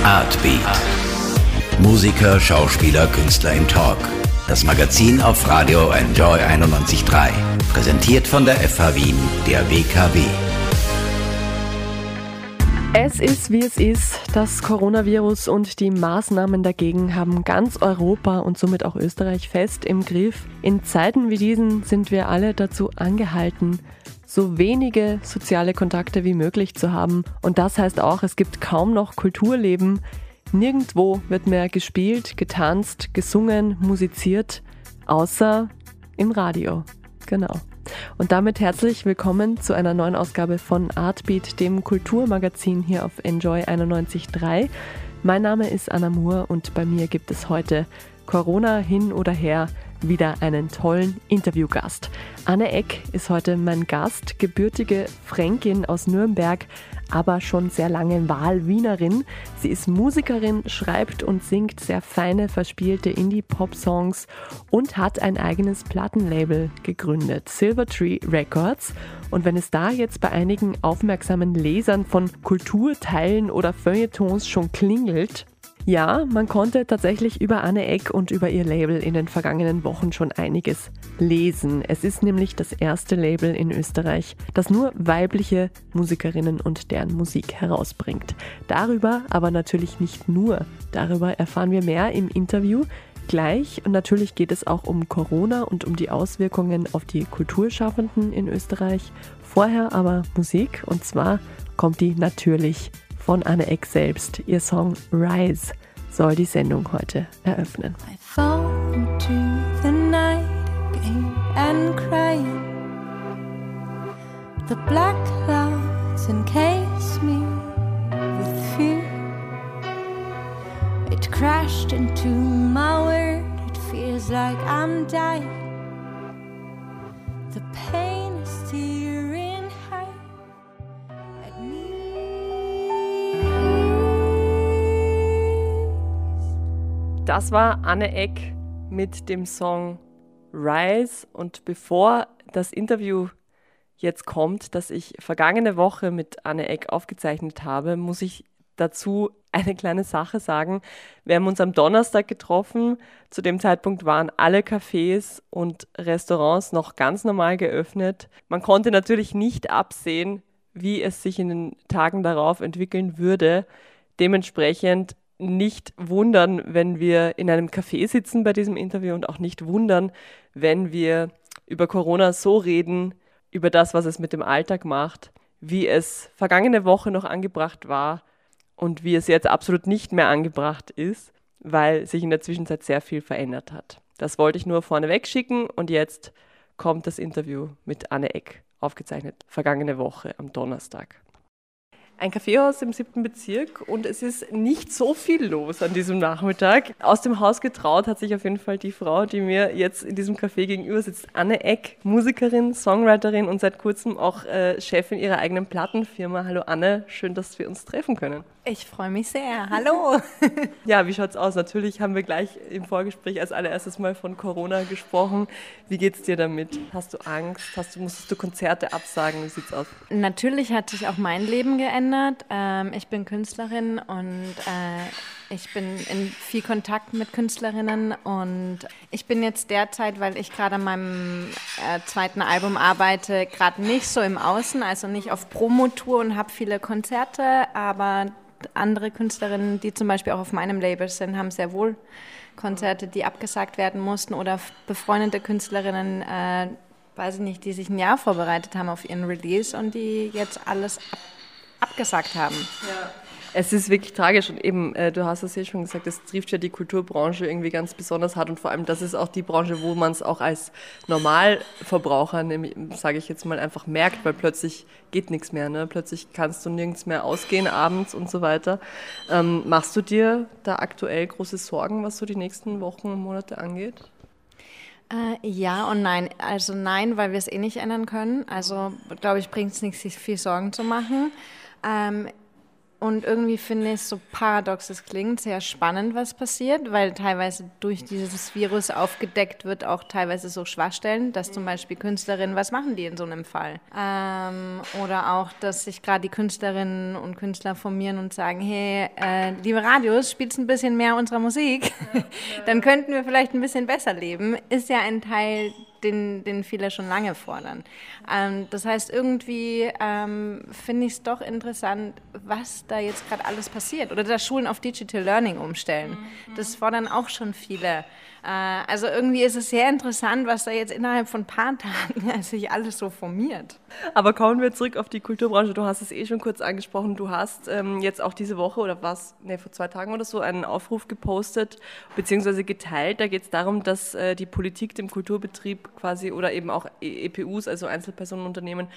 Artbeat. Musiker, Schauspieler, Künstler im Talk. Das Magazin auf Radio Enjoy 91.3. Präsentiert von der FH Wien, der WKW. Es ist, wie es ist. Das Coronavirus und die Maßnahmen dagegen haben ganz Europa und somit auch Österreich fest im Griff. In Zeiten wie diesen sind wir alle dazu angehalten, so wenige soziale Kontakte wie möglich zu haben. Und das heißt auch, es gibt kaum noch Kulturleben. Nirgendwo wird mehr gespielt, getanzt, gesungen, musiziert, außer im Radio. Genau. Und damit herzlich willkommen zu einer neuen Ausgabe von Artbeat, dem Kulturmagazin hier auf Enjoy 91.3. Mein Name ist Anna Moore und bei mir gibt es heute, Corona hin oder her, wieder einen tollen Interviewgast. Anne Eck ist heute mein Gast, gebürtige Fränkin aus Nürnberg, aber schon sehr lange Wahlwienerin. Sie ist Musikerin, schreibt und singt sehr feine, verspielte Indie-Pop-Songs und hat ein eigenes Plattenlabel gegründet, Silvertree Records. Und wenn es da jetzt bei einigen aufmerksamen Lesern von Kulturteilen oder Feuilletons schon klingelt, ja, man konnte tatsächlich über Anne Eck und über ihr Label in den vergangenen Wochen schon einiges lesen. Es ist nämlich das erste Label in Österreich, das nur weibliche Musikerinnen und deren Musik herausbringt. Darüber aber natürlich nicht nur. Darüber erfahren wir mehr im Interview gleich. Und natürlich geht es auch um Corona und um die Auswirkungen auf die Kulturschaffenden in Österreich. Vorher aber Musik, und zwar kommt die natürlich von Anne Eck selbst. Ihr Song Rise soll die Sendung heute eröffnen. I fall into the night again and crying. The black clouds encase me with fear. It crashed into my world. It feels like I'm dying. The pain is tearing high at me. Das war Anne Eck mit dem Song Rise. Und bevor das Interview jetzt kommt, das ich vergangene Woche mit Anne Eck aufgezeichnet habe, muss ich dazu eine kleine Sache sagen. Wir haben uns am Donnerstag getroffen. Zu dem Zeitpunkt waren alle Cafés und Restaurants noch ganz normal geöffnet. Man konnte natürlich nicht absehen, wie es sich in den Tagen darauf entwickeln würde. Dementsprechend nicht wundern, wenn wir in einem Café sitzen bei diesem Interview und auch nicht wundern, wenn wir über Corona so reden, über das, was es mit dem Alltag macht, wie es vergangene Woche noch angebracht war und wie es jetzt absolut nicht mehr angebracht ist, weil sich in der Zwischenzeit sehr viel verändert hat. Das wollte ich nur vorneweg schicken und jetzt kommt das Interview mit Anne Eck, aufgezeichnet vergangene Woche am Donnerstag. Ein Kaffeehaus im 7. Bezirk und es ist nicht so viel los an diesem Nachmittag. Aus dem Haus getraut hat sich auf jeden Fall die Frau, die mir jetzt in diesem Café gegenüber sitzt, Anne Eck, Musikerin, Songwriterin und seit kurzem auch Chefin ihrer eigenen Plattenfirma. Hallo Anne, schön, dass wir uns treffen können. Ich freue mich sehr. Hallo. Ja, wie schaut's aus? Natürlich haben wir gleich im Vorgespräch als allererstes mal von Corona gesprochen. Wie geht's dir damit? Hast du Angst? Musstest du Konzerte absagen? Wie sieht's aus? Natürlich hat sich auch mein Leben geändert. Ich bin Künstlerin und ich bin in viel Kontakt mit Künstlerinnen und ich bin jetzt derzeit, weil ich gerade an meinem zweiten Album arbeite, gerade nicht so im Außen, also nicht auf Promotour und habe viele Konzerte, aber andere Künstlerinnen, die zum Beispiel auch auf meinem Label sind, haben sehr wohl Konzerte, die abgesagt werden mussten oder befreundete Künstlerinnen, weiß ich nicht, die sich ein Jahr vorbereitet haben auf ihren Release und die jetzt alles abgesagt haben. Ja. Es ist wirklich tragisch und eben, du hast es ja schon gesagt, es trifft ja die Kulturbranche irgendwie ganz besonders hart und vor allem, das ist auch die Branche, wo man es auch als Normalverbraucher, sage ich jetzt mal, einfach merkt, weil plötzlich geht nichts mehr, ne? Plötzlich kannst du nirgends mehr ausgehen abends und so weiter. Machst du dir da aktuell große Sorgen, was so die nächsten Wochen und Monate angeht? Ja und nein. Also nein, weil wir es eh nicht ändern können. Also glaube ich, bringt es nichts, sich viel Sorgen zu machen. Und irgendwie finde ich, so paradox es klingt, sehr spannend, was passiert, weil teilweise durch dieses Virus aufgedeckt wird, auch teilweise so Schwachstellen, dass zum Beispiel Künstlerinnen, was machen die in so einem Fall? Oder auch, dass sich gerade die Künstlerinnen und Künstler formieren und sagen, hey, liebe Radios, spielt ein bisschen mehr unserer Musik, dann könnten wir vielleicht ein bisschen besser leben, ist ja ein Teil, den viele schon lange fordern. Das heißt, irgendwie finde ich es doch interessant, was da jetzt gerade alles passiert. Oder dass Schulen auf Digital Learning umstellen. Das fordern auch schon viele. Also irgendwie ist es sehr interessant, was da jetzt innerhalb von ein paar Tagen sich alles so formiert. Aber kommen wir zurück auf die Kulturbranche. Du hast es schon kurz angesprochen. Du hast jetzt auch diese Woche oder vor 2 Tagen oder so einen Aufruf gepostet bzw. geteilt. Da geht es darum, dass die Politik dem Kulturbetrieb quasi oder eben auch EPUs, also Einzelpersonenunternehmen,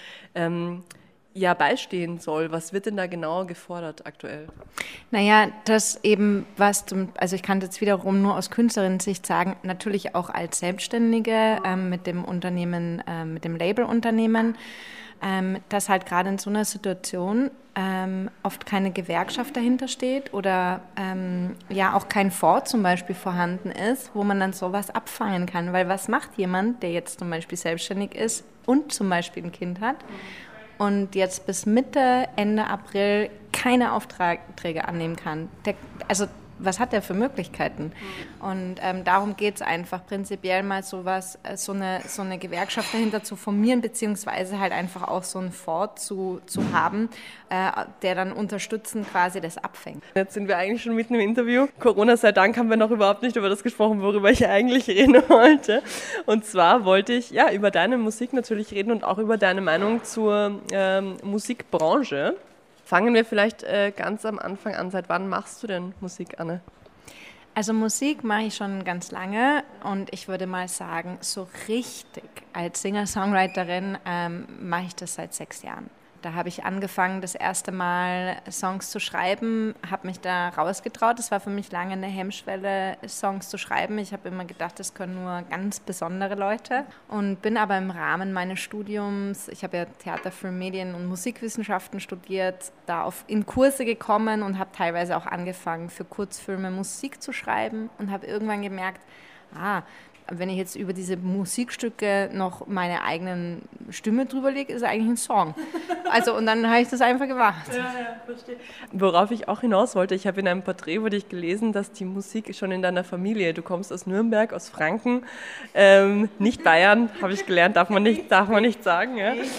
beistehen soll. Was wird denn da genauer gefordert aktuell? Naja, das eben also ich kann jetzt wiederum nur aus Künstlerinnen-Sicht sagen, natürlich auch als Selbstständige mit dem Unternehmen, mit dem Labelunternehmen, dass halt gerade in so einer Situation oft keine Gewerkschaft dahinter steht oder auch kein Fonds zum Beispiel vorhanden ist, wo man dann sowas abfangen kann. Weil was macht jemand, der jetzt zum Beispiel selbstständig ist und zum Beispiel ein Kind hat und jetzt bis Ende April keine Aufträge annehmen kann? Was hat der für Möglichkeiten? Und darum geht es einfach prinzipiell mal so eine Gewerkschaft dahinter zu formieren, beziehungsweise halt einfach auch so einen Fonds zu haben, der dann unterstützend quasi das abfängt. Jetzt sind wir eigentlich schon mitten im Interview. Corona sei Dank haben wir noch überhaupt nicht über das gesprochen, worüber ich eigentlich reden wollte. Und zwar wollte ich über deine Musik natürlich reden und auch über deine Meinung zur Musikbranche. Fangen wir vielleicht ganz am Anfang an. Seit wann machst du denn Musik, Anne? Also Musik mache ich schon ganz lange und ich würde mal sagen, so richtig als Singer-Songwriterin mache ich das seit 6 Jahren. Da habe ich angefangen, das erste Mal Songs zu schreiben, habe mich da rausgetraut. Das war für mich lange eine Hemmschwelle, Songs zu schreiben. Ich habe immer gedacht, das können nur ganz besondere Leute. Und bin aber im Rahmen meines Studiums, ich habe ja Theater, Film, Medien und Musikwissenschaften studiert, da in Kurse gekommen und habe teilweise auch angefangen, für Kurzfilme Musik zu schreiben und habe irgendwann gemerkt, wenn ich jetzt über diese Musikstücke noch meine eigenen Stimme drüber lege, ist es eigentlich ein Song. Und dann habe ich das einfach gemacht. Ja, verstehe. Worauf ich auch hinaus wollte, ich habe in einem Porträt wurde ich gelesen, dass die Musik schon in deiner Familie, du kommst aus Nürnberg, aus Franken, nicht Bayern, habe ich gelernt, darf man nicht sagen.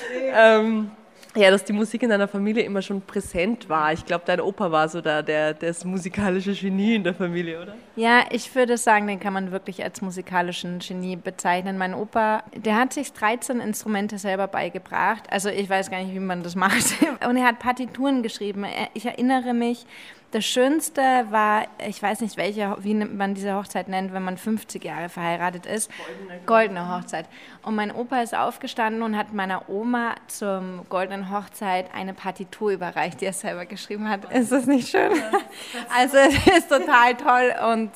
Ja, dass die Musik in deiner Familie immer schon präsent war. Ich glaube, dein Opa war so das musikalische Genie in der Familie, oder? Ja, ich würde sagen, den kann man wirklich als musikalischen Genie bezeichnen. Mein Opa, der hat sich 13 Instrumente selber beigebracht. Also ich weiß gar nicht, wie man das macht. Und er hat Partituren geschrieben. Ich erinnere mich, das Schönste war, ich weiß nicht, wie man diese Hochzeit nennt, wenn man 50 Jahre verheiratet ist. Goldene Hochzeit. Und mein Opa ist aufgestanden und hat meiner Oma zum goldenen Hochzeit eine Partitur überreicht, die er selber geschrieben hat. Ist das nicht schön? Also es ist total toll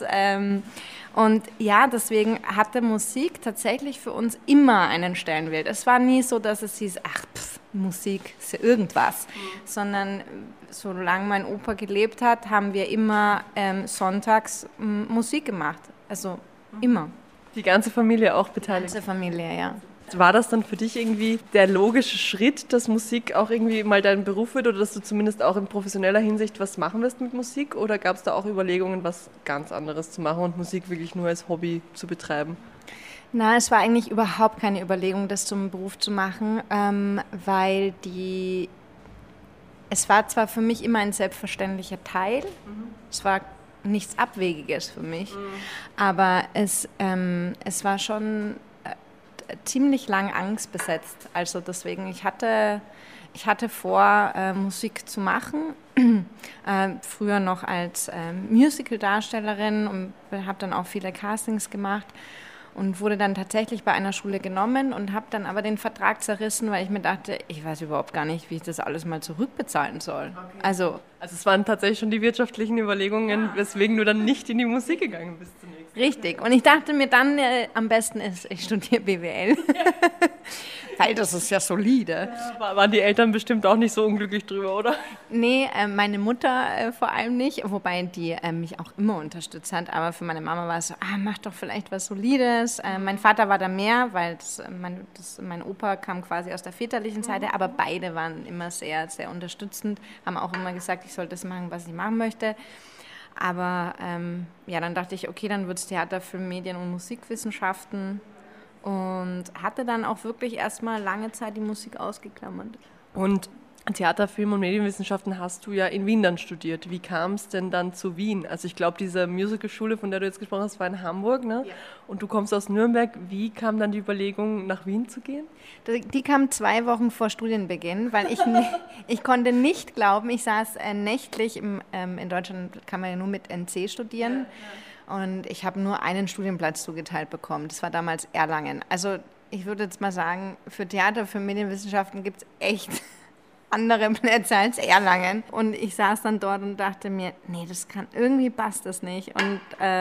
und ja, deswegen hatte Musik tatsächlich für uns immer einen Stellenwert. Es war nie so, dass es hieß, Musik ist ja irgendwas, sondern solange mein Opa gelebt hat, haben wir immer sonntags Musik gemacht. Also immer. Die ganze Familie auch beteiligt? Die ganze Familie, ja. War das dann für dich irgendwie der logische Schritt, dass Musik auch irgendwie mal dein Beruf wird oder dass du zumindest auch in professioneller Hinsicht was machen wirst mit Musik? Oder gab es da auch Überlegungen, was ganz anderes zu machen und Musik wirklich nur als Hobby zu betreiben? Na, es war eigentlich überhaupt keine Überlegung, das zum Beruf zu machen, weil es war zwar für mich immer ein selbstverständlicher Teil, es war nichts Abwegiges für mich, aber es war schon ziemlich lang angstbesetzt. Also deswegen, ich hatte vor, Musik zu machen, früher noch als Musical-Darstellerin und habe dann auch viele Castings gemacht und wurde dann tatsächlich bei einer Schule genommen und habe dann aber den Vertrag zerrissen, weil ich mir dachte, ich weiß überhaupt gar nicht, wie ich das alles mal zurückbezahlen soll. Okay. Also es waren tatsächlich schon die wirtschaftlichen Überlegungen, weswegen du dann nicht in die Musik gegangen bist zunächst. Richtig. Und ich dachte mir dann, am besten ist, ich studiere BWL. weil das ist ja solide. Ja, waren die Eltern bestimmt auch nicht so unglücklich drüber, oder? Nee, meine Mutter vor allem nicht, wobei die mich auch immer unterstützt hat. Aber für meine Mama war es so, mach doch vielleicht was Solides. Mein Vater war da mehr, weil mein Opa kam quasi aus der väterlichen Seite, aber beide waren immer sehr, sehr unterstützend, haben auch immer gesagt, ich soll das machen, was ich machen möchte. Aber dann dachte ich, okay, dann wird es Theater, Film, Medien und Musikwissenschaften und hatte dann auch wirklich erstmal lange Zeit die Musik ausgeklammert. Und Theater, Film und Medienwissenschaften hast du ja in Wien dann studiert. Wie kam es denn dann zu Wien? Also ich glaube, diese Musicalschule, von der du jetzt gesprochen hast, war in Hamburg, ne? Ja. Und du kommst aus Nürnberg. Wie kam dann die Überlegung, nach Wien zu gehen? Die kam 2 Wochen vor Studienbeginn, weil ich konnte nicht glauben, ich saß nächtlich, in Deutschland kann man ja nur mit NC studieren, und ich habe nur einen Studienplatz zugeteilt bekommen. Das war damals Erlangen. Also ich würde jetzt mal sagen, für Theater, für Medienwissenschaften gibt es echt andere Plätze als Erlangen. Und ich saß dann dort und dachte mir, nee, irgendwie passt das nicht. Und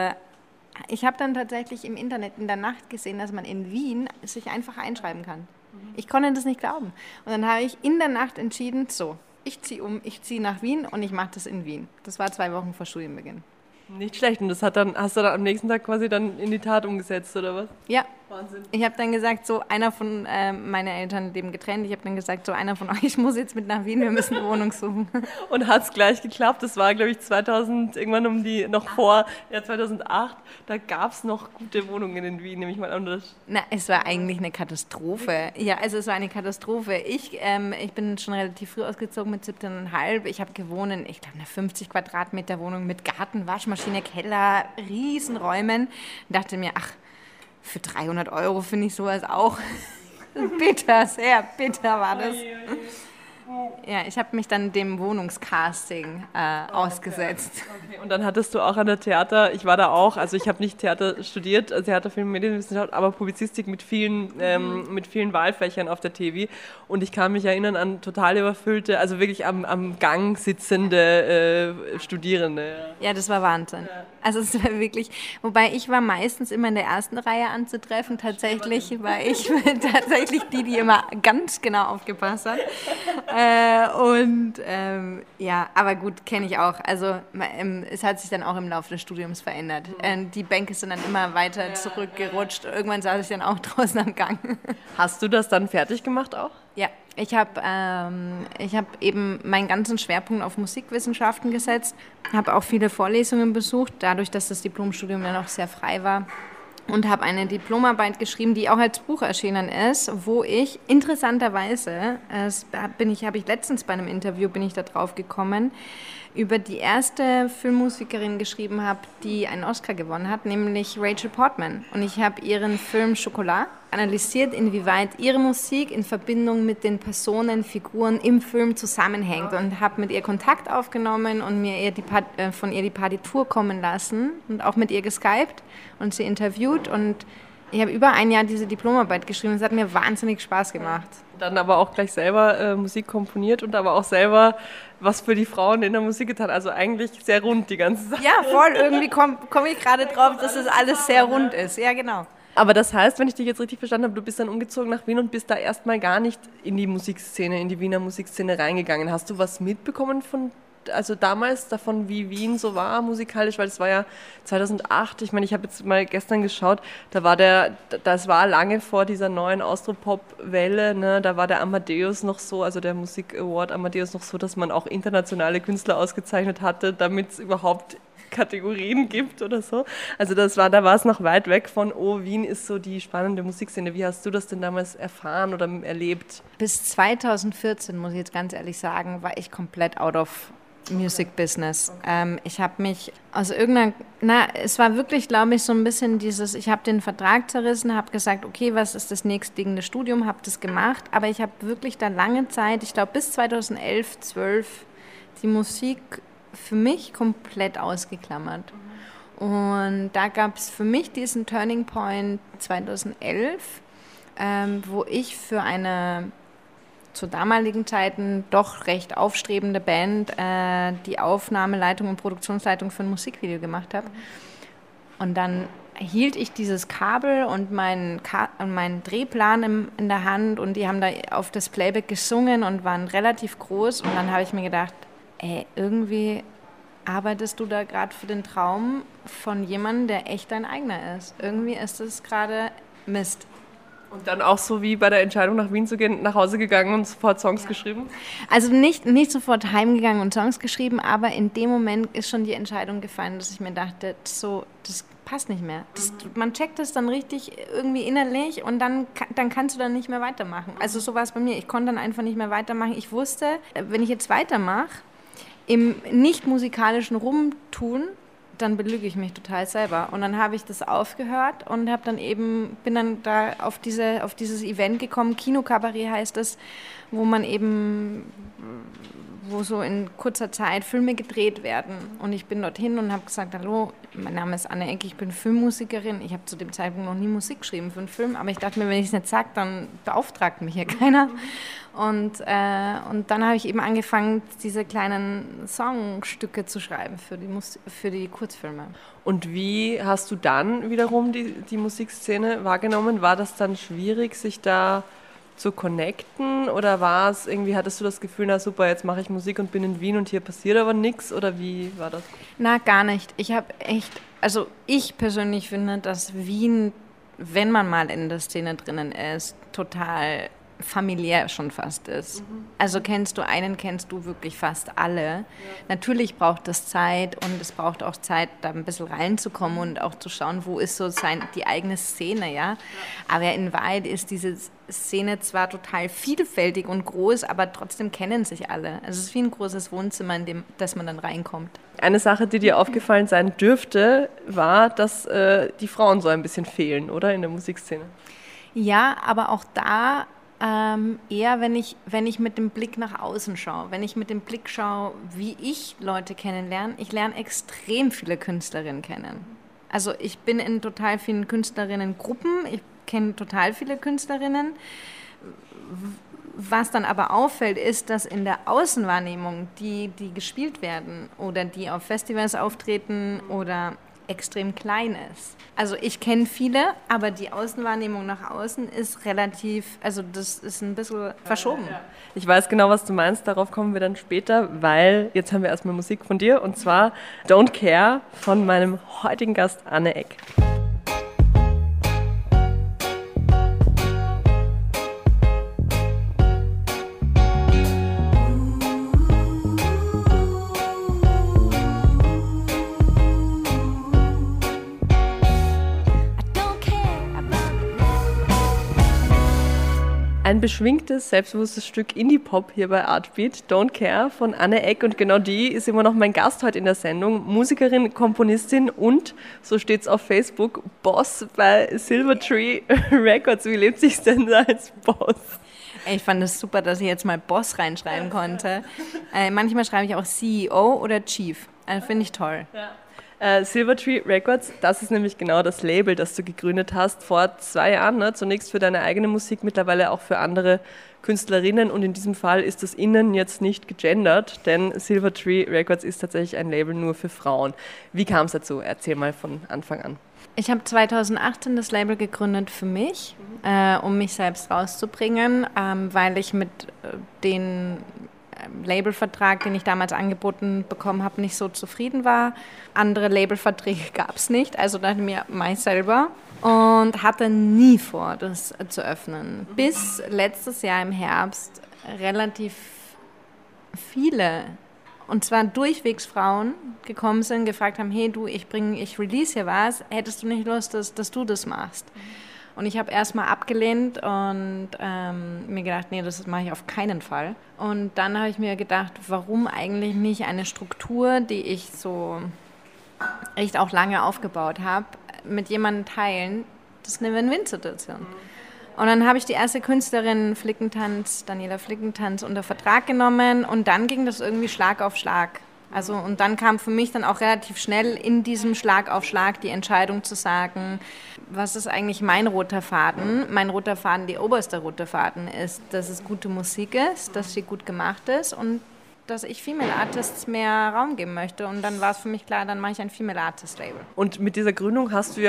ich habe dann tatsächlich im Internet in der Nacht gesehen, dass man in Wien sich einfach einschreiben kann. Ich konnte das nicht glauben. Und dann habe ich in der Nacht entschieden, so, ich ziehe nach Wien und ich mache das in Wien. Das war 2 Wochen vor Studienbeginn. Nicht schlecht. Und das hast du dann am nächsten Tag quasi dann in die Tat umgesetzt, oder was? Ja. Wahnsinn. Ich habe dann gesagt, so einer von, meine Eltern leben getrennt, ich habe dann gesagt, so einer von euch muss jetzt mit nach Wien, wir müssen eine Wohnung suchen. Und hat es gleich geklappt? Das war, glaube ich, 2000, irgendwann vor 2008, da gab es noch gute Wohnungen in Wien, nehme ich mal an. Na, es war eigentlich eine Katastrophe. Ja, also es war eine Katastrophe. Ich bin schon relativ früh ausgezogen mit 17,5. Ich habe gewohnt in, ich glaube, einer 50 Quadratmeter Wohnung mit Garten, Waschmaschine, Keller, Riesenräumen. Und dachte mir, für 300 € finde ich sowas auch bitter, sehr bitter war das. Ja, ich habe mich dann dem Wohnungscasting ausgesetzt. Okay. Und dann hattest du auch an der Theater, ich war da auch, also ich habe nicht Theater studiert, Theater, Film, Medienwissenschaft, aber Publizistik mit vielen Wahlfächern auf der TV. Und ich kann mich erinnern an total überfüllte, also wirklich am Gang sitzende Studierende. Ja, das war Wahnsinn. Ja. Also es war wirklich, wobei ich war meistens immer in der ersten Reihe anzutreffen. Tatsächlich war ich tatsächlich die immer ganz genau aufgepasst hat. Aber gut, kenne ich auch. Also es hat sich dann auch im Laufe des Studiums verändert. Die Bänke sind dann immer weiter zurückgerutscht. Irgendwann saß ich dann auch draußen am Gang. Hast du das dann fertig gemacht auch? Ja, ich hab eben meinen ganzen Schwerpunkt auf Musikwissenschaften gesetzt, habe auch viele Vorlesungen besucht, dadurch, dass das Diplomstudium ja noch sehr frei war. Und habe eine Diplomarbeit geschrieben, die auch als Buch erschienen ist, wo ich interessanterweise, habe ich letztens bei einem Interview da drauf gekommen, über die erste Filmmusikerin geschrieben habe, die einen Oscar gewonnen hat, nämlich Rachel Portman. Und ich habe ihren Film Chocolat analysiert, inwieweit ihre Musik in Verbindung mit den Personen, Figuren im Film zusammenhängt, und habe mit ihr Kontakt aufgenommen und mir von ihr die Partitur kommen lassen und auch mit ihr geskypt und sie interviewt, und ich habe über ein Jahr diese Diplomarbeit geschrieben. Es hat mir wahnsinnig Spaß gemacht. Dann aber auch gleich selber Musik komponiert und aber auch selber was für die Frauen in der Musik getan. Also eigentlich sehr rund die ganze Sache. Ja, voll. Irgendwie komm ich gerade drauf, dass das alles sehr rund ist. Ja, genau. Aber das heißt, wenn ich dich jetzt richtig verstanden habe, du bist dann umgezogen nach Wien und bist da erstmal gar nicht in die Musikszene, in die Wiener Musikszene reingegangen. Hast du was mitbekommen also damals davon, wie Wien so war musikalisch, weil es war ja 2008, ich meine, ich habe jetzt mal gestern geschaut, das war lange vor dieser neuen Austropop-Welle, ne? Da war der Amadeus noch so, also der Musik-Award Amadeus noch so, dass man auch internationale Künstler ausgezeichnet hatte, damit es überhaupt Kategorien gibt oder so. Also da war es noch weit weg von, Wien ist so die spannende Musikszene. Wie hast du das denn damals erfahren oder erlebt? Bis 2014, muss ich jetzt ganz ehrlich sagen, war ich komplett out of Music Business. Ich habe mich aus es war wirklich, glaube ich, so ein bisschen ich habe den Vertrag zerrissen, habe gesagt, okay, was ist das nächstliegende Studium, habe das gemacht, aber ich habe wirklich da lange Zeit, ich glaube bis 2011, 12, die Musik für mich komplett ausgeklammert. Und da gab es für mich diesen Turning Point 2011, wo ich für eine zu damaligen Zeiten doch recht aufstrebende Band die Aufnahmeleitung und Produktionsleitung für ein Musikvideo gemacht habe. Und dann hielt ich dieses Kabel und meinen Drehplan in der Hand und die haben da auf das Playback gesungen und waren relativ groß. Und dann habe ich mir gedacht, irgendwie arbeitest du da gerade für den Traum von jemandem, der echt dein eigener ist. Irgendwie ist es gerade Mist. Und dann auch so wie bei der Entscheidung nach Wien zu gehen, nach Hause gegangen und sofort Songs geschrieben? Also nicht sofort heimgegangen und Songs geschrieben, aber in dem Moment ist schon die Entscheidung gefallen, dass ich mir dachte, so, das passt nicht mehr. Man checkt das dann richtig irgendwie innerlich und dann kannst du dann nicht mehr weitermachen. Also so war es bei mir. Ich konnte dann einfach nicht mehr weitermachen. Ich wusste, wenn ich jetzt weitermache, im nicht musikalischen Rumtun, dann belüge ich mich total selber. Und dann habe ich das aufgehört und bin dann da auf dieses Event gekommen, Kinokabarett heißt es, wo so in kurzer Zeit Filme gedreht werden. Und ich bin dorthin und habe gesagt, hallo, mein Name ist Anne Eck, ich bin Filmmusikerin. Ich habe zu dem Zeitpunkt noch nie Musik geschrieben für einen Film, aber ich dachte mir, wenn ich es nicht sage, dann beauftragt mich ja keiner. Und dann habe ich eben angefangen, diese kleinen Songstücke zu schreiben für die Kurzfilme. Und wie hast du dann wiederum die Musikszene wahrgenommen? War das dann schwierig, sich da zu connecten oder war es irgendwie, hattest du das Gefühl, na super, jetzt mache ich Musik und bin in Wien und hier passiert aber nichts oder wie war das? Na, gar nicht. Ich persönlich finde, dass Wien, wenn man mal in der Szene drinnen ist, total familiär schon fast ist. Also kennst du wirklich fast alle. Ja. Natürlich braucht das Zeit und es braucht auch Zeit, da ein bisschen reinzukommen und auch zu schauen, wo ist so die eigene Szene, ja. Aber in Wahrheit ist diese Szene zwar total vielfältig und groß, aber trotzdem kennen sich alle. Also es ist wie ein großes Wohnzimmer, in das man dann reinkommt. Eine Sache, die dir aufgefallen sein dürfte, war, dass die Frauen so ein bisschen fehlen, oder? In der Musikszene. Ja, aber auch da eher, wenn ich mit dem Blick nach außen schaue, wenn ich mit dem Blick schaue, wie ich Leute kennenlerne, ich lerne extrem viele Künstlerinnen kennen. Also ich bin in total vielen Künstlerinnengruppen, ich kenne total viele Künstlerinnen. Was dann aber auffällt, ist, dass in der Außenwahrnehmung, die gespielt werden oder die auf Festivals auftreten oder extrem klein ist. Also ich kenne viele, aber die Außenwahrnehmung nach außen ist das ist ein bisschen verschoben. Ich weiß genau, was du meinst, darauf kommen wir dann später, weil jetzt haben wir erstmal Musik von dir und zwar Don't Care von meinem heutigen Gast Anne Eck. Ein beschwingtes, selbstbewusstes Stück Indie-Pop hier bei Artbeat, Don't Care von Anne Eck und genau die ist immer noch mein Gast heute in der Sendung, Musikerin, Komponistin und, so steht's auf Facebook, Boss bei Silvertree Records. Wie lebt sich's denn da als Boss? Ich fand es super, dass ich jetzt mal Boss reinschreiben konnte. Manchmal schreibe ich auch CEO oder Chief, finde ich toll. Ja. Silvertree Records, das ist nämlich genau das Label, das du gegründet hast vor 2 Jahren, ne? Zunächst für deine eigene Musik, mittlerweile auch für andere Künstlerinnen und in diesem Fall ist das Innen jetzt nicht gegendert, denn Silvertree Records ist tatsächlich ein Label nur für Frauen. Wie kam es dazu? Erzähl mal von Anfang an. Ich habe 2018 das Label gegründet für mich, um mich selbst rauszubringen, weil ich mit den Labelvertrag, den ich damals angeboten bekommen habe, nicht so zufrieden war. Andere Labelverträge gab es nicht, also dachte ich mir, mach ich selber und hatte nie vor, das zu öffnen. Bis letztes Jahr im Herbst relativ viele, und zwar durchwegs Frauen, gekommen sind, gefragt haben, hey du, ich release hier was, hättest du nicht Lust, dass du das machst? Und ich habe erstmal abgelehnt und mir gedacht, nee, das mache ich auf keinen Fall. Und dann habe ich mir gedacht, warum eigentlich nicht eine Struktur, die ich so echt auch lange aufgebaut habe, mit jemandem teilen? Das ist eine Win-Win-Situation. Und dann habe ich die erste Künstlerin Daniela Flickentanz, unter Vertrag genommen und dann ging das irgendwie Schlag auf Schlag. Also, und dann kam für mich dann auch relativ schnell in diesem Schlag auf Schlag die Entscheidung zu sagen, was ist eigentlich mein roter Faden? Mein roter Faden, die oberste rote Faden ist, dass es gute Musik ist, dass sie gut gemacht ist und dass ich Female Artists mehr Raum geben möchte. Und dann war es für mich klar, dann mache ich ein Female Artist Label. Und mit dieser Gründung hast du ja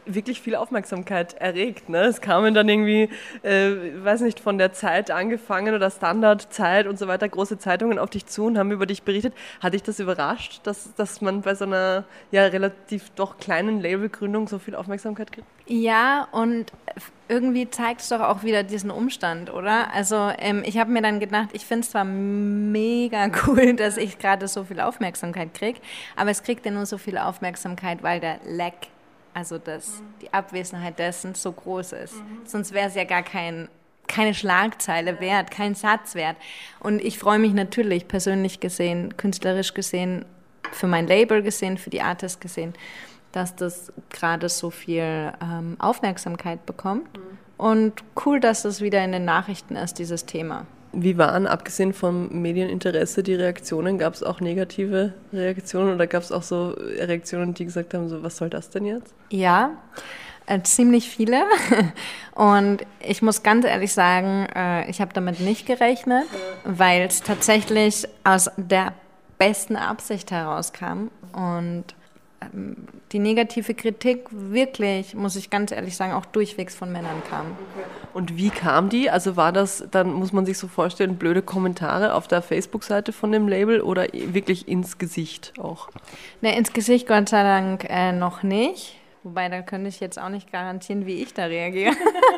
wirklich viel Aufmerksamkeit erregt. Ne? Es kamen dann irgendwie, weiß nicht, von der Zeit angefangen oder Standardzeit und so weiter, große Zeitungen auf dich zu und haben über dich berichtet. Hat dich das überrascht, dass man bei so einer ja relativ doch kleinen Labelgründung so viel Aufmerksamkeit kriegt? Ja, und irgendwie zeigt es doch auch wieder diesen Umstand, oder? Also ich habe mir dann gedacht, ich finde es zwar mega cool, dass ich gerade so viel Aufmerksamkeit kriege, aber es kriegt ja nur so viel Aufmerksamkeit, weil der Lack, also die Abwesenheit dessen so groß ist. Sonst wäre es ja gar keine Schlagzeile wert, kein Satz wert. Und ich freue mich natürlich persönlich gesehen, künstlerisch gesehen, für mein Label gesehen, für die Artist gesehen, dass das gerade so viel Aufmerksamkeit bekommt. Und cool, dass das wieder in den Nachrichten ist, dieses Thema. Wie waren, abgesehen vom Medieninteresse, die Reaktionen? Gab es auch negative Reaktionen oder gab es auch so Reaktionen, die gesagt haben, so, was soll das denn jetzt? Ja, ziemlich viele. Und ich muss ganz ehrlich sagen, ich habe damit nicht gerechnet, weil es tatsächlich aus der besten Absicht herauskam. Und die negative Kritik wirklich, muss ich ganz ehrlich sagen, auch durchwegs von Männern kam. Und wie kam die? Also war das, dann muss man sich so vorstellen, blöde Kommentare auf der Facebook-Seite von dem Label oder wirklich ins Gesicht auch? Ne, ins Gesicht Gott sei Dank noch nicht. Wobei, da könnte ich jetzt auch nicht garantieren, wie ich da reagiere.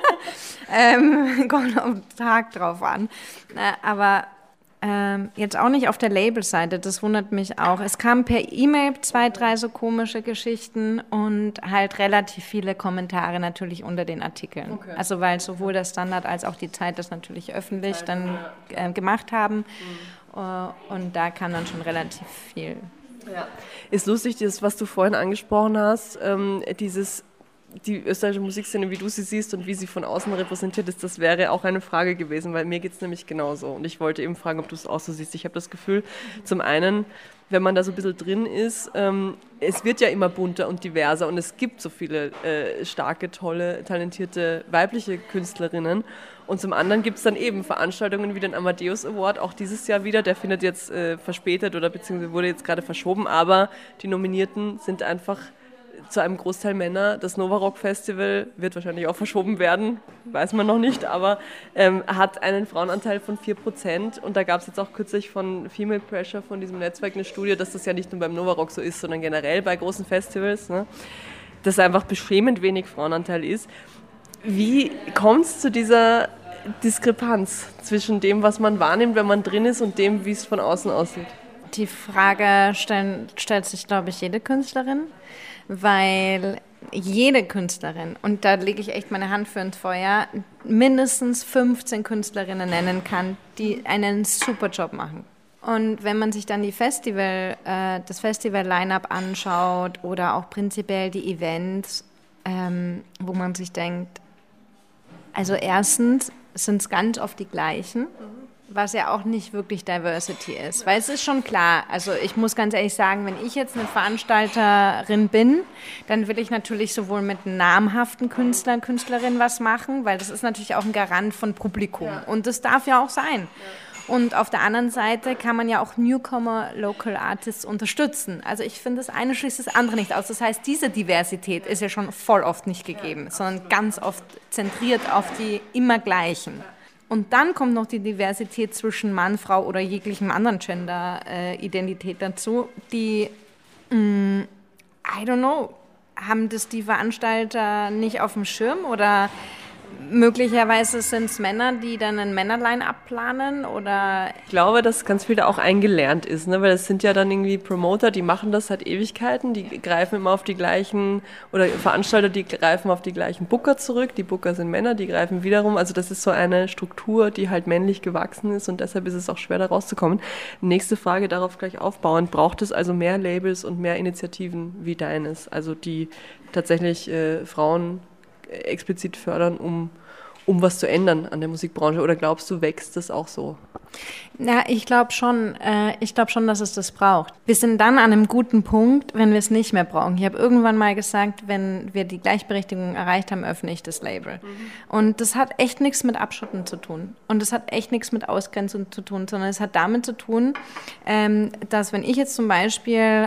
Kommt auf den Tag drauf an. Aber jetzt auch nicht auf der Labelseite, das wundert mich auch. Es kamen per E-Mail 2, 3 so komische Geschichten und halt relativ viele Kommentare natürlich unter den Artikeln. Okay. Also weil sowohl der Standard als auch die Zeit das natürlich öffentlich dann gemacht haben. Und da kam dann schon relativ viel. Ja. Ist lustig, das, was du vorhin angesprochen hast, die österreichische Musikszene, wie du sie siehst und wie sie von außen repräsentiert ist, das wäre auch eine Frage gewesen, weil mir geht es nämlich genauso. Und ich wollte eben fragen, ob du es auch so siehst. Ich habe das Gefühl, zum einen, wenn man da so ein bisschen drin ist, es wird ja immer bunter und diverser und es gibt so viele starke, tolle, talentierte weibliche Künstlerinnen. Und zum anderen gibt es dann eben Veranstaltungen wie den Amadeus Award, auch dieses Jahr wieder. Der findet jetzt verspätet oder beziehungsweise wurde jetzt gerade verschoben, aber die Nominierten sind einfach zu einem Großteil Männer. Das Nova Rock Festival wird wahrscheinlich auch verschoben werden, weiß man noch nicht, aber hat einen Frauenanteil von 4%. Und da gab es jetzt auch kürzlich von Female Pressure, von diesem Netzwerk, eine Studie, dass das ja nicht nur beim Nova Rock so ist, sondern generell bei großen Festivals, ne? Dass einfach beschämend wenig Frauenanteil ist. Wie kommt es zu dieser Diskrepanz zwischen dem, was man wahrnimmt, wenn man drin ist, und dem, wie es von außen aussieht? Die Frage stellt sich, glaube ich, jede Künstlerin, weil jede Künstlerin, und da lege ich echt meine Hand für ins Feuer, mindestens 15 Künstlerinnen nennen kann, die einen super Job machen. Und wenn man sich dann das Festival-Line-Up anschaut oder auch prinzipiell die Events, wo man sich denkt, also erstens sind es ganz oft die gleichen, was ja auch nicht wirklich Diversity ist. Weil es ist schon klar, also ich muss ganz ehrlich sagen, wenn ich jetzt eine Veranstalterin bin, dann will ich natürlich sowohl mit namhaften Künstlern, Künstlerinnen was machen, weil das ist natürlich auch ein Garant von Publikum. Ja. Und das darf ja auch sein. Ja. Und auf der anderen Seite kann man ja auch Newcomer Local Artists unterstützen. Also ich finde, das eine schließt das andere nicht aus. Das heißt, diese Diversität ist ja schon voll oft nicht gegeben, sondern ganz oft zentriert auf die immer gleichen. Und dann kommt noch die Diversität zwischen Mann, Frau oder jeglichem anderen Gender-Identität dazu, die, I don't know, haben das die Veranstalter nicht auf dem Schirm oder möglicherweise sind es Männer, die dann ein Männerline abplanen oder... Ich glaube, dass ganz viel da auch eingelernt ist, ne? Weil es sind ja dann irgendwie Promoter, die machen das seit Ewigkeiten, die greifen immer auf die gleichen, oder Veranstalter, die greifen auf die gleichen Booker zurück, die Booker sind Männer, die greifen wiederum, also das ist so eine Struktur, die halt männlich gewachsen ist und deshalb ist es auch schwer da rauszukommen. Nächste Frage, darauf gleich aufbauend, braucht es also mehr Labels und mehr Initiativen wie deines, also die tatsächlich Frauen explizit fördern, um was zu ändern an der Musikbranche? Oder glaubst du, wächst das auch so? Ja, ich glaube schon, dass es das braucht. Wir sind dann an einem guten Punkt, wenn wir es nicht mehr brauchen. Ich habe irgendwann mal gesagt, wenn wir die Gleichberechtigung erreicht haben, öffne ich das Label. Und das hat echt nichts mit Abschotten zu tun. Und das hat echt nichts mit Ausgrenzung zu tun, sondern es hat damit zu tun, dass wenn ich jetzt zum Beispiel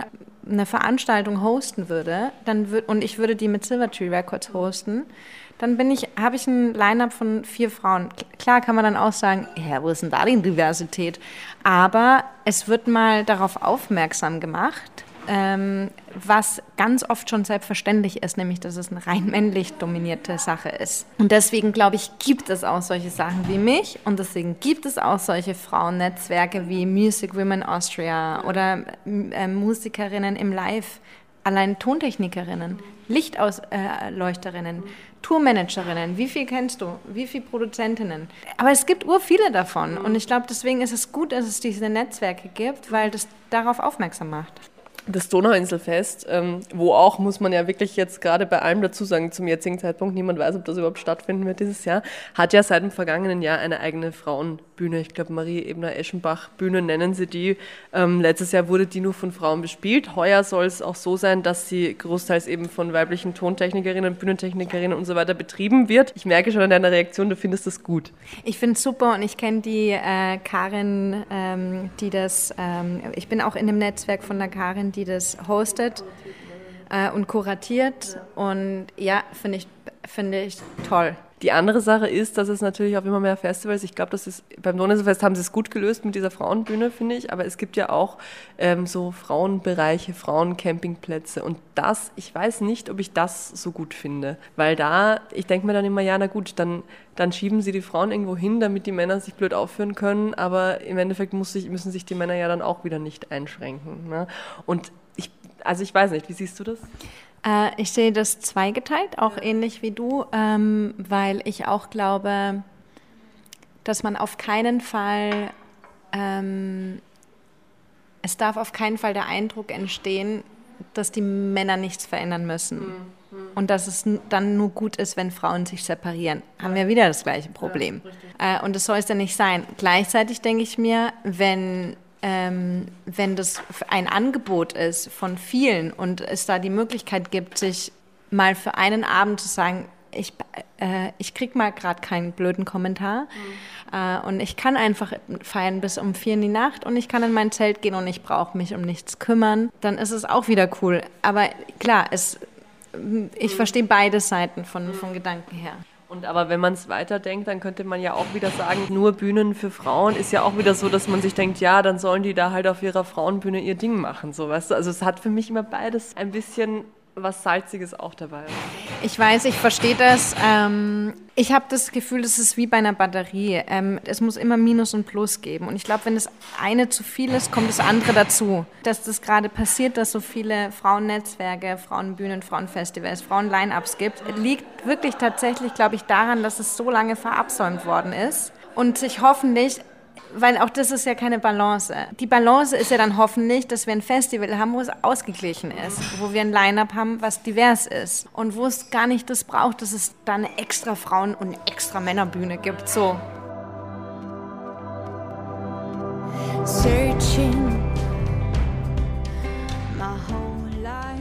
eine Veranstaltung hosten würde, und ich würde die mit Silvertree Records hosten, dann habe ich ein Line-Up von 4 Frauen. Klar kann man dann auch sagen, ja, wo ist denn da die Diversität? Aber es wird mal darauf aufmerksam gemacht, was ganz oft schon selbstverständlich ist, nämlich, dass es eine rein männlich dominierte Sache ist. Und deswegen, glaube ich, gibt es auch solche Sachen wie mich und deswegen gibt es auch solche Frauennetzwerke wie Music Women Austria oder Musikerinnen im Live, allein Tontechnikerinnen, Lichtausleuchterinnen, Tourmanagerinnen, wie viel kennst du, wie viele Produzentinnen. Aber es gibt viele davon und ich glaube, deswegen ist es gut, dass es diese Netzwerke gibt, weil das darauf aufmerksam macht. Das Donauinselfest, wo auch, muss man ja wirklich jetzt gerade bei allem dazu sagen, zum jetzigen Zeitpunkt, niemand weiß, ob das überhaupt stattfinden wird dieses Jahr, hat ja seit dem vergangenen Jahr eine eigene Frauenbühne. Ich glaube, Marie-Ebner-Eschenbach-Bühne nennen sie die. Letztes Jahr wurde die nur von Frauen bespielt. Heuer soll es auch so sein, dass sie großteils eben von weiblichen Tontechnikerinnen, Bühnentechnikerinnen und so weiter betrieben wird. Ich merke schon an deiner Reaktion, du findest das gut. Ich finde es super und ich kenne die Karin, die das, ich bin auch in dem Netzwerk von der Karin, die das hostet und kuratiert und ja, finde ich toll. Die andere Sache ist, dass es natürlich auch immer mehr Festivals, ich glaube, beim Donauinselfest haben sie es gut gelöst mit dieser Frauenbühne, finde ich, aber es gibt ja auch so Frauenbereiche, Frauencampingplätze und ich weiß nicht, ob ich das so gut finde, weil ich denke mir dann immer, ja, na gut, dann schieben sie die Frauen irgendwo hin, damit die Männer sich blöd aufführen können, aber im Endeffekt müssen sich die Männer ja dann auch wieder nicht einschränken. Ne? Und ich weiß nicht, wie siehst du das? Ich sehe das zweigeteilt, auch ähnlich wie du, weil ich auch glaube, dass man auf keinen Fall, es darf auf keinen Fall der Eindruck entstehen, dass die Männer nichts verändern müssen. Und dass es dann nur gut ist, wenn Frauen sich separieren. Haben wir wieder das gleiche Problem. Und das soll es dann nicht sein. Gleichzeitig denke ich mir, wenn das ein Angebot ist von vielen und es da die Möglichkeit gibt, sich mal für einen Abend zu sagen, ich kriege mal gerade keinen blöden Kommentar und ich kann einfach feiern bis um 4 in die Nacht und ich kann in mein Zelt gehen und ich brauche mich um nichts kümmern, dann ist es auch wieder cool. Aber klar, ich verstehe beide Seiten vom Gedanken her. Aber wenn man es weiterdenkt, dann könnte man ja auch wieder sagen, nur Bühnen für Frauen ist ja auch wieder so, dass man sich denkt, ja, dann sollen die da halt auf ihrer Frauenbühne ihr Ding machen, so, weißt du? Also es hat für mich immer beides ein bisschen was Salziges auch dabei. Ich weiß, ich verstehe das. Ich habe das Gefühl, das ist wie bei einer Batterie. Es muss immer Minus und Plus geben. Und ich glaube, wenn das eine zu viel ist, kommt das andere dazu. Dass das gerade passiert, dass so viele Frauennetzwerke, Frauenbühnen, Frauenfestivals, Frauen-Line-Ups gibt, liegt wirklich tatsächlich, glaube ich, daran, dass es so lange verabsäumt worden ist. Und sich hoffentlich, weil auch das ist ja keine Balance. Die Balance ist ja dann hoffentlich, dass wir ein Festival haben, wo es ausgeglichen ist, wo wir ein Line-Up haben, was divers ist und wo es gar nicht das braucht, dass es da eine extra Frauen- und eine extra Männerbühne gibt. So. Searching my whole life.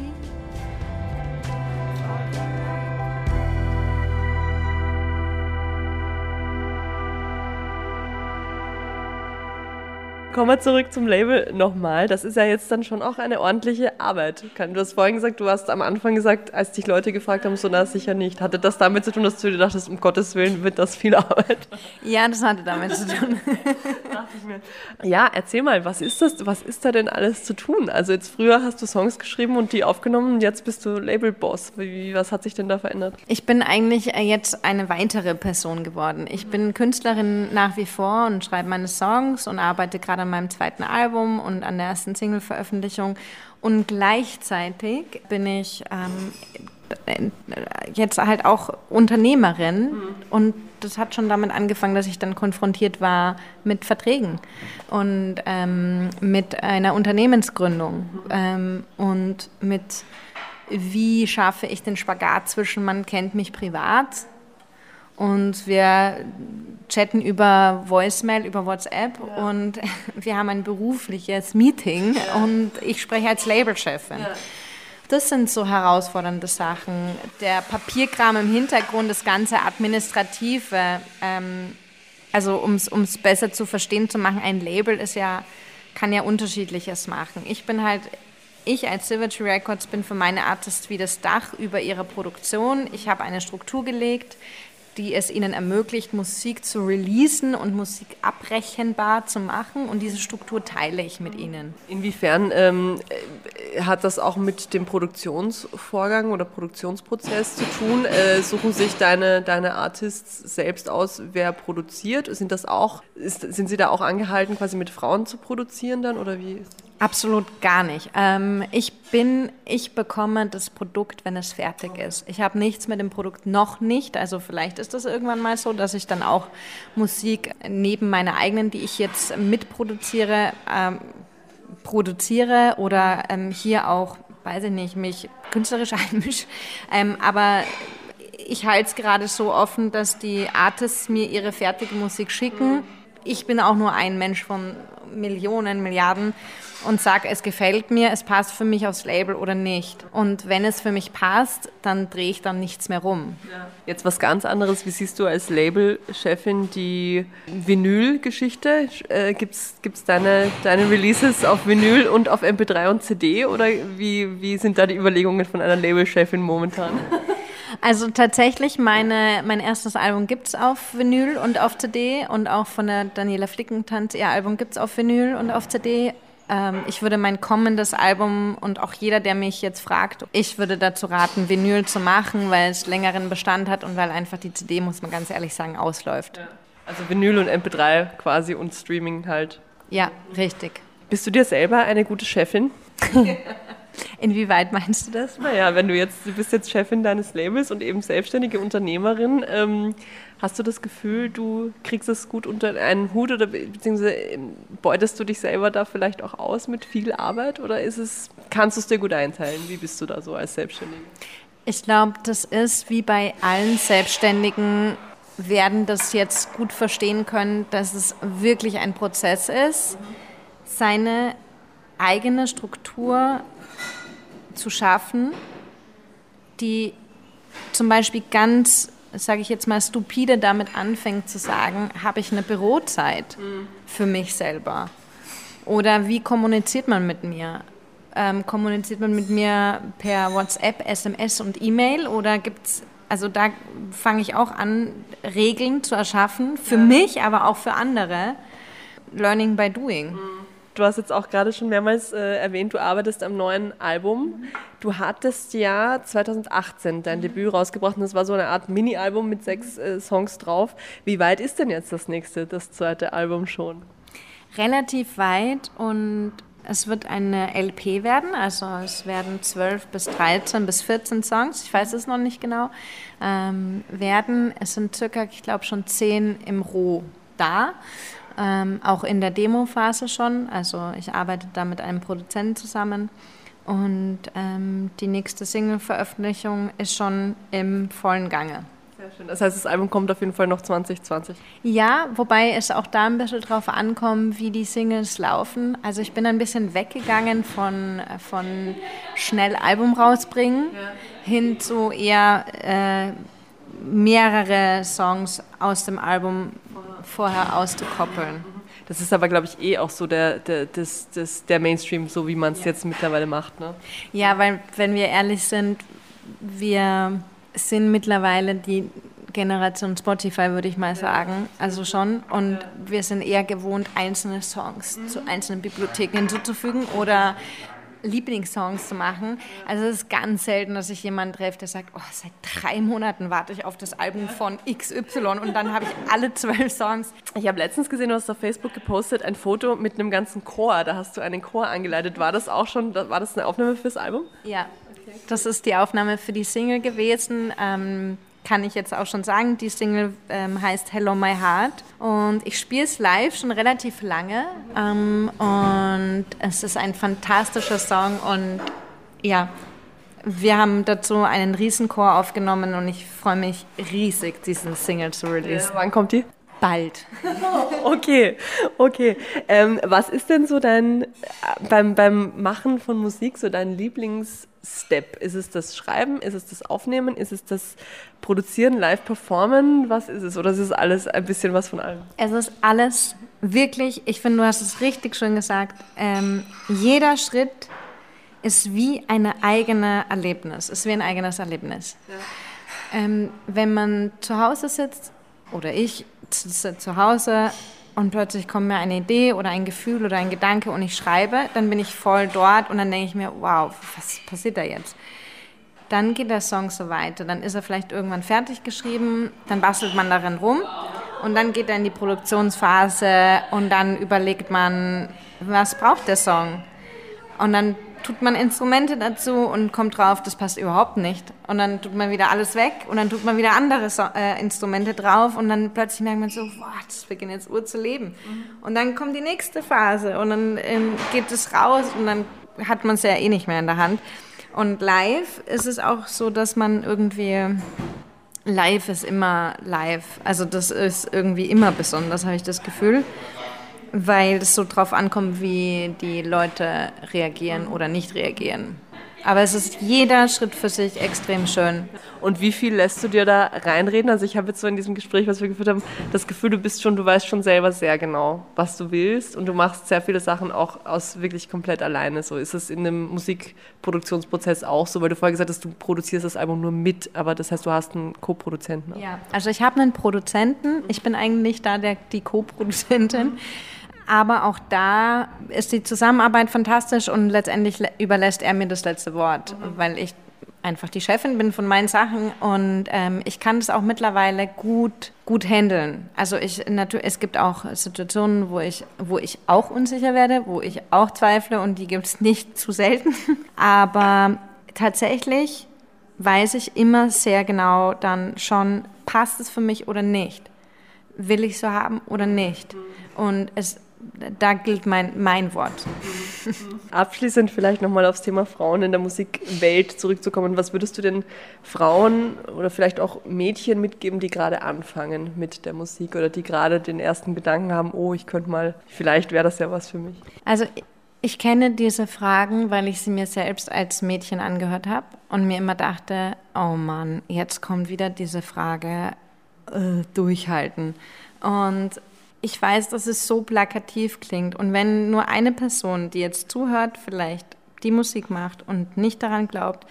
Kommen wir zurück zum Label nochmal. Das ist ja jetzt dann schon auch eine ordentliche Arbeit. Du hast vorhin gesagt, du hast am Anfang gesagt, als dich Leute gefragt haben, so na sicher nicht. Hatte das damit zu tun, dass du dir dachtest, um Gottes Willen wird das viel Arbeit? Ja, das hatte damit zu tun. Ja, erzähl mal, was ist das? Was ist da denn alles zu tun? Also jetzt früher hast du Songs geschrieben und die aufgenommen und jetzt bist du Labelboss. Was hat sich denn da verändert? Ich bin eigentlich jetzt eine weitere Person geworden. Ich bin Künstlerin nach wie vor und schreibe meine Songs und arbeite gerade an meinem 2. Album und an der ersten Single-Veröffentlichung. Und gleichzeitig bin ich jetzt halt auch Unternehmerin. Und das hat schon damit angefangen, dass ich dann konfrontiert war mit Verträgen und mit einer Unternehmensgründung und mit, wie schaffe ich den Spagat zwischen, man kennt mich privat und wir chatten über Voicemail, über WhatsApp und wir haben ein berufliches Meeting und ich spreche als Labelchefin. Ja. Das sind so herausfordernde Sachen. Der Papierkram im Hintergrund, das ganze Administrative, also um es besser zu verstehen zu machen, ein Label kann ja Unterschiedliches machen. Ich bin halt ich als Silvertree Records bin für meine Artists wie das Dach über ihrer Produktion. Ich habe eine Struktur gelegt, die es ihnen ermöglicht, Musik zu releasen und Musik abrechenbar zu machen. Und diese Struktur teile ich mit ihnen. Inwiefern hat das auch mit dem Produktionsvorgang oder Produktionsprozess zu tun? Suchen sich deine Artists selbst aus, wer produziert? Sind sie da auch angehalten, quasi mit Frauen zu produzieren dann oder wie? Absolut gar nicht. Ich bekomme das Produkt, wenn es fertig ist. Ich habe nichts mit dem Produkt noch nicht. Also vielleicht ist das irgendwann mal so, dass ich dann auch Musik neben meiner eigenen, die ich jetzt mitproduziere, produziere oder hier auch, weiß ich nicht, mich künstlerisch einmische. Aber ich halte es gerade so offen, dass die Artists mir ihre fertige Musik schicken. Ich bin auch nur ein Mensch von Millionen, Milliarden und sage, es gefällt mir, es passt für mich aufs Label oder nicht. Und wenn es für mich passt, dann drehe ich dann nichts mehr rum. Ja. Jetzt was ganz anderes. Wie siehst du als Labelchefin die Vinyl-Geschichte? Gibt's deine Releases auf Vinyl und auf MP3 und CD? Oder wie sind da die Überlegungen von einer Labelchefin momentan? Also tatsächlich, mein erstes Album gibt es auf Vinyl und auf CD und auch von der Daniela Flickentanz, ihr Album gibt es auf Vinyl und auf CD. Ich würde mein kommendes Album und auch jeder, der mich jetzt fragt, ich würde dazu raten, Vinyl zu machen, weil es längeren Bestand hat und weil einfach die CD, muss man ganz ehrlich sagen, ausläuft. Ja. Also Vinyl und MP3 quasi und Streaming halt. Ja, richtig. Bist du dir selber eine gute Chefin? Inwieweit meinst du das? Naja, du bist jetzt Chefin deines Labels und eben selbstständige Unternehmerin, hast du das Gefühl, du kriegst es gut unter einen Hut oder beziehungsweise beutest du dich selber da vielleicht auch aus mit viel Arbeit oder kannst du es dir gut einteilen? Wie bist du da so als Selbstständige? Ich glaube, das ist wie bei allen Selbstständigen, werden das jetzt gut verstehen können, dass es wirklich ein Prozess ist, seine eigene Struktur zu schaffen, die zum Beispiel ganz, sage ich jetzt mal, stupide damit anfängt zu sagen, habe ich eine Bürozeit für mich selber? Oder wie kommuniziert man mit mir? Kommuniziert man mit mir per WhatsApp, SMS und E-Mail? Oder gibt's, also da fange ich auch an, Regeln zu erschaffen, für mich, aber auch für andere. Learning by doing. Du hast jetzt auch gerade schon mehrmals erwähnt, du arbeitest am neuen Album. Du hattest ja 2018 dein Debüt rausgebracht und das war so eine Art Mini-Album mit 6 Songs drauf. Wie weit ist denn jetzt das zweite Album schon? Relativ weit und es wird eine LP werden, also es werden 12 bis 13 bis 14 Songs, ich weiß es noch nicht genau, werden. Es sind circa, ich glaube, schon 10 im Roh da. Auch in der Demo-Phase schon, also ich arbeite da mit einem Produzenten zusammen und die nächste Single-Veröffentlichung ist schon im vollen Gange. Sehr schön, das heißt, das Album kommt auf jeden Fall noch 2020? Ja, wobei es auch da ein bisschen drauf ankommt, wie die Singles laufen. Also ich bin ein bisschen weggegangen von schnell Album rausbringen hin zu eher mehrere Songs aus dem Album vorher auszukoppeln. Das ist aber, glaube ich, auch so der Mainstream, so wie man es jetzt mittlerweile macht, ne? Ja, weil, wenn wir ehrlich sind, wir sind mittlerweile die Generation Spotify, würde ich mal sagen, also schon. Und wir sind eher gewohnt, einzelne Songs zu einzelnen Bibliotheken hinzuzufügen oder Lieblingssongs zu machen. Also es ist ganz selten, dass ich jemanden treffe, der sagt, oh, seit 3 Monaten warte ich auf das Album von XY und dann habe ich alle 12 Songs. Ich habe letztens gesehen, du hast auf Facebook gepostet, ein Foto mit einem ganzen Chor. Da hast du einen Chor angeleitet. War das eine Aufnahme fürs Album? Ja, das ist die Aufnahme für die Single gewesen. Kann ich jetzt auch schon sagen, die Single heißt Hello My Heart und ich spiele es live schon relativ lange und es ist ein fantastischer Song und ja, wir haben dazu einen Riesenchor aufgenommen und ich freue mich riesig, diesen Single zu releasen. Wann kommt die? Bald. Okay. Was ist denn so beim Machen von Musik so dein Lieblingsstep? Ist es das Schreiben? Ist es das Aufnehmen? Ist es das Produzieren, Live-Performen? Was ist es? Oder ist es alles ein bisschen was von allem? Es ist alles wirklich, ich finde, du hast es richtig schön gesagt, jeder Schritt ist wie ein eigenes Erlebnis. Ja. Wenn man zu Hause sitzt, oder ich sitze zu Hause und plötzlich kommt mir eine Idee oder ein Gefühl oder ein Gedanke und ich schreibe, dann bin ich voll dort und dann denke ich mir, wow, was passiert da jetzt? Dann geht der Song so weiter, dann ist er vielleicht irgendwann fertig geschrieben, dann bastelt man darin rum und dann geht er in die Produktionsphase und dann überlegt man, was braucht der Song? Und dann tut man Instrumente dazu und kommt drauf, das passt überhaupt nicht. Und dann tut man wieder alles weg und dann tut man wieder andere Instrumente drauf und dann plötzlich merkt man so, wow, das beginnt jetzt zu leben. Und dann kommt die nächste Phase und dann geht es raus und dann hat man es ja eh nicht mehr in der Hand. Und live ist es auch so, dass man irgendwie, live ist immer live. Also das ist irgendwie immer besonders, habe ich das Gefühl. Weil es so drauf ankommt, wie die Leute reagieren oder nicht reagieren. Aber es ist jeder Schritt für sich extrem schön. Und wie viel lässt du dir da reinreden? Also ich habe jetzt so in diesem Gespräch, was wir geführt haben, das Gefühl, du weißt schon selber sehr genau, was du willst und du machst sehr viele Sachen auch aus wirklich komplett alleine. So ist es in einem Musikproduktionsprozess auch so, weil du vorher gesagt hast, du produzierst das Album nur mit, aber das heißt, du hast einen Co-Produzenten auch. Ja, also ich habe einen Produzenten, ich bin eigentlich da die Co-Produzentin. Aber auch da ist die Zusammenarbeit fantastisch und letztendlich überlässt er mir das letzte Wort, weil ich einfach die Chefin bin von meinen Sachen und ich kann das auch mittlerweile gut handeln. Also es gibt auch Situationen, wo ich auch unsicher werde, wo ich auch zweifle und die gibt es nicht zu selten. Aber tatsächlich weiß ich immer sehr genau dann schon, passt es für mich oder nicht? Will ich so haben oder nicht? Und da gilt mein Wort. Abschließend vielleicht nochmal aufs Thema Frauen in der Musikwelt zurückzukommen. Was würdest du denn Frauen oder vielleicht auch Mädchen mitgeben, die gerade anfangen mit der Musik oder die gerade den ersten Gedanken haben, oh, vielleicht wäre das ja was für mich? Also ich kenne diese Fragen, weil ich sie mir selbst als Mädchen angehört habe und mir immer dachte, oh Mann, jetzt kommt wieder diese Frage, durchhalten. Und ich weiß, dass es so plakativ klingt und wenn nur eine Person, die jetzt zuhört, vielleicht die Musik macht und nicht daran glaubt,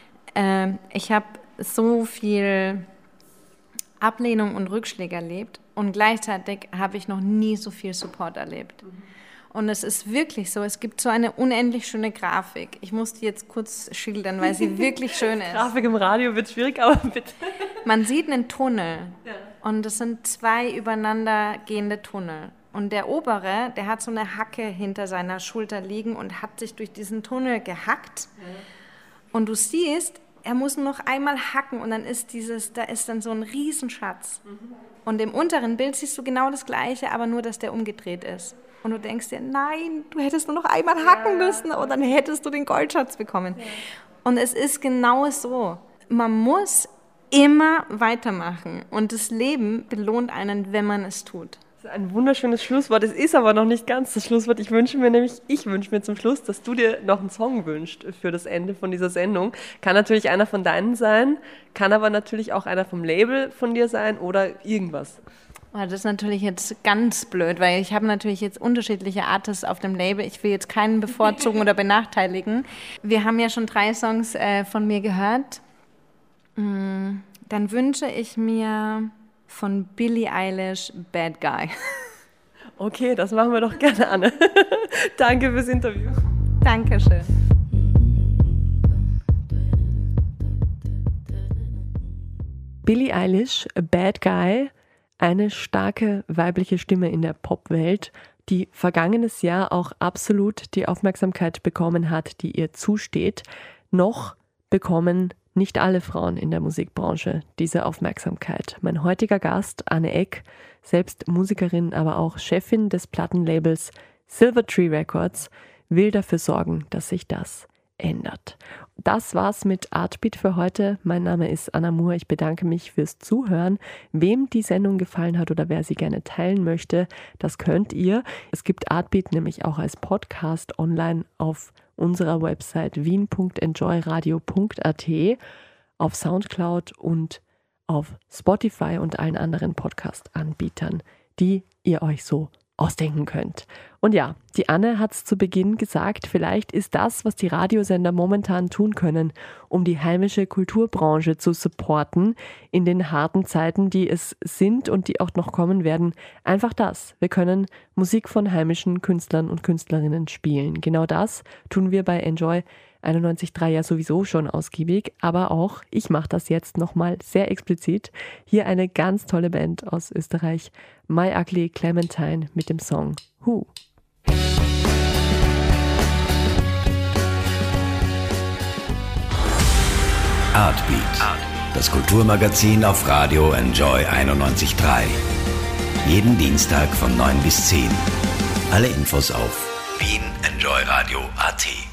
ich habe so viel Ablehnung und Rückschläge erlebt und gleichzeitig habe ich noch nie so viel Support erlebt. Und es ist wirklich so, es gibt so eine unendlich schöne Grafik. Ich muss die jetzt kurz schildern, weil sie wirklich schön ist. Grafik im Radio wird schwierig, aber bitte. Man sieht einen Tunnel und es sind 2 übereinander gehende Tunnel. Und der obere, der hat so eine Hacke hinter seiner Schulter liegen und hat sich durch diesen Tunnel gehackt. Und du siehst, er muss nur noch einmal hacken und dann da ist dann so ein Riesenschatz. Und im unteren Bild siehst du genau das Gleiche, aber nur, dass der umgedreht ist. Und du denkst dir, nein, du hättest nur noch einmal hacken müssen und dann hättest du den Goldschatz bekommen. Und es ist genau so. Man muss immer weitermachen und das Leben belohnt einen, wenn man es tut. Das ist ein wunderschönes Schlusswort. Es ist aber noch nicht ganz das Schlusswort. Ich wünsche mir zum Schluss, dass du dir noch einen Song wünschst für das Ende von dieser Sendung. Kann natürlich einer von deinen sein, kann aber natürlich auch einer vom Label von dir sein oder irgendwas. Das ist natürlich jetzt ganz blöd, weil ich habe natürlich jetzt unterschiedliche Artists auf dem Label. Ich will jetzt keinen bevorzugen oder benachteiligen. Wir haben ja schon 3 Songs von mir gehört. Dann wünsche ich mir von Billie Eilish Bad Guy. Okay, das machen wir doch gerne, Anne. Danke fürs Interview. Dankeschön. Billie Eilish, Bad Guy, eine starke weibliche Stimme in der Popwelt, die vergangenes Jahr auch absolut die Aufmerksamkeit bekommen hat, die ihr zusteht. Noch bekommen nicht alle Frauen in der Musikbranche diese Aufmerksamkeit. Mein heutiger Gast, Anne Eck, selbst Musikerin, aber auch Chefin des Plattenlabels Silvertree Records, will dafür sorgen, dass sich das ändert. Das war's mit Artbeat für heute. Mein Name ist Anna Moore. Ich bedanke mich fürs Zuhören. Wem die Sendung gefallen hat oder wer sie gerne teilen möchte, das könnt ihr. Es gibt Artbeat nämlich auch als Podcast online auf unserer Website wien.enjoyradio.at, auf Soundcloud und auf Spotify und allen anderen Podcast-Anbietern, die ihr euch so ausdenken könnt. Und ja, die Anne hat es zu Beginn gesagt, vielleicht ist das, was die Radiosender momentan tun können, um die heimische Kulturbranche zu supporten in den harten Zeiten, die es sind und die auch noch kommen werden, einfach das. Wir können Musik von heimischen Künstlern und Künstlerinnen spielen. Genau das tun wir bei Enjoy 91.3 ja sowieso schon ausgiebig, aber auch, ich mache das jetzt nochmal sehr explizit, hier eine ganz tolle Band aus Österreich, My Ugly Clementine mit dem Song Who. Artbeat, das Kulturmagazin auf Radio Enjoy 91.3. Jeden Dienstag von 9 bis 10. Alle Infos auf wienenjoyradio.at.